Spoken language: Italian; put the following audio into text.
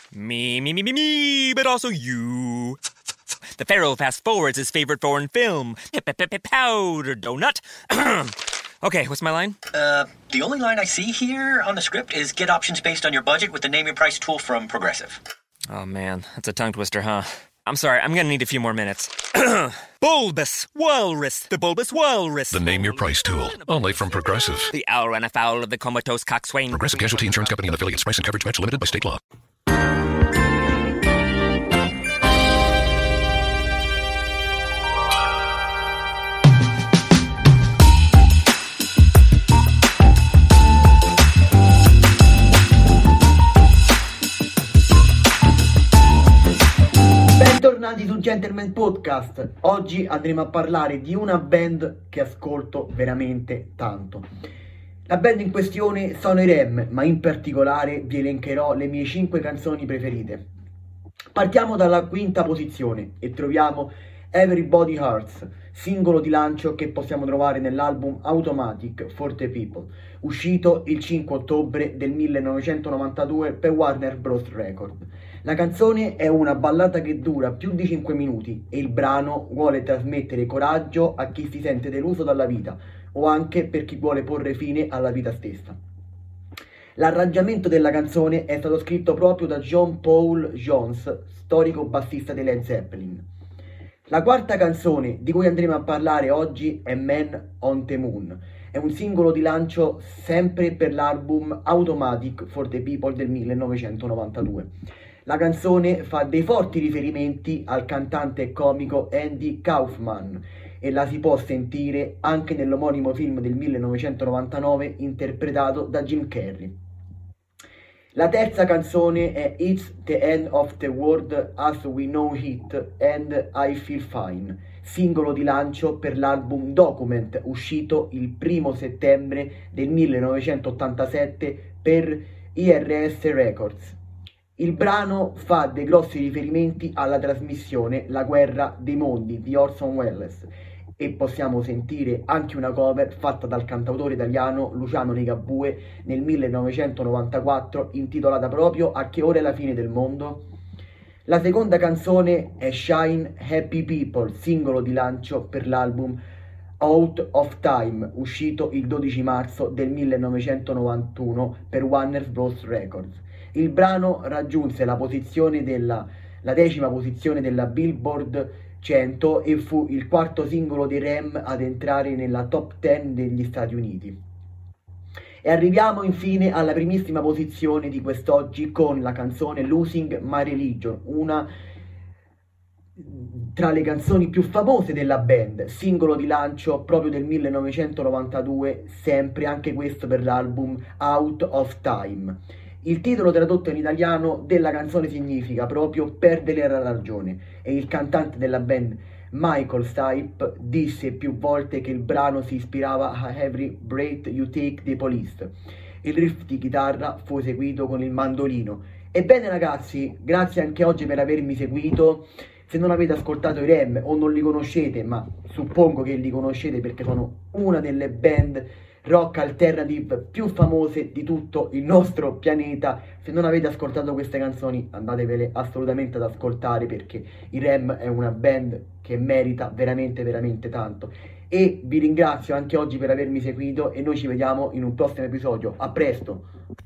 Me, but also you. The Pharaoh fast forwards his favorite foreign film, Powder Donut. Okay, what's my line? The only line I see here on the script is get options based on your budget with the Name Your Price tool from Progressive. Oh man, that's a tongue twister, huh? I'm sorry, I'm gonna need a few more minutes. Bulbous Walrus, the Bulbous Walrus. The Name Your Price tool, only from Progressive. The owl ran afoul of the comatose coxswain. Progressive Casualty Insurance Company and affiliates. Price and coverage match limited by state law. Bentornati su Gentleman Podcast. Oggi andremo a parlare di una band che ascolto veramente tanto. La band in questione sono i Rem, ma in particolare vi elencherò le mie 5 canzoni preferite. Partiamo dalla quinta posizione e troviamo Everybody Hurts, singolo di lancio che possiamo trovare nell'album Automatic for the People, uscito il 5 ottobre del 1992 per Warner Bros. Record. La canzone è una ballata che dura più di 5 minuti e il brano vuole trasmettere coraggio a chi si sente deluso dalla vita o anche per chi vuole porre fine alla vita stessa. L'arrangiamento della canzone è stato scritto proprio da John Paul Jones, storico bassista dei Led Zeppelin. La quarta canzone di cui andremo a parlare oggi è Man on the Moon. È un singolo di lancio sempre per l'album Automatic for the People del 1992. La canzone fa dei forti riferimenti al cantante e comico Andy Kaufman e la si può sentire anche nell'omonimo film del 1999 interpretato da Jim Carrey. La terza canzone è It's the End of the World as We Know It and I Feel Fine, singolo di lancio per l'album Document uscito il 1 settembre del 1987 per IRS Records. Il brano fa dei grossi riferimenti alla trasmissione La guerra dei mondi di Orson Welles e possiamo sentire anche una cover fatta dal cantautore italiano Luciano Ligabue nel 1994 intitolata proprio A che ora è la fine del mondo. La seconda canzone è Shine Happy People, singolo di lancio per l'album Out of Time, uscito il 12 marzo del 1991 per Warner Bros. Records. Il brano raggiunse la decima posizione della Billboard 100 e fu il quarto singolo dei Rem ad entrare nella top 10 degli Stati Uniti. E arriviamo infine alla primissima posizione di quest'oggi con la canzone Losing My Religion, una tra le canzoni più famose della band, singolo di lancio proprio del 1992, sempre anche questo per l'album Out of Time. Il titolo tradotto in italiano della canzone significa proprio Perdere la ragione e il cantante della band Michael Stipe disse più volte che il brano si ispirava a Every Breath You Take dei Police. Il riff di chitarra fu eseguito con il mandolino. Ebbene ragazzi, grazie anche oggi per avermi seguito. Se non avete ascoltato i Rem o non li conoscete, ma suppongo che li conoscete perché sono una delle band rock alternative più famose di tutto il nostro pianeta, se non avete ascoltato queste canzoni andatevele assolutamente ad ascoltare perché i Rem è una band che merita veramente veramente tanto. E vi ringrazio anche oggi per avermi seguito e noi ci vediamo in un prossimo episodio. A presto!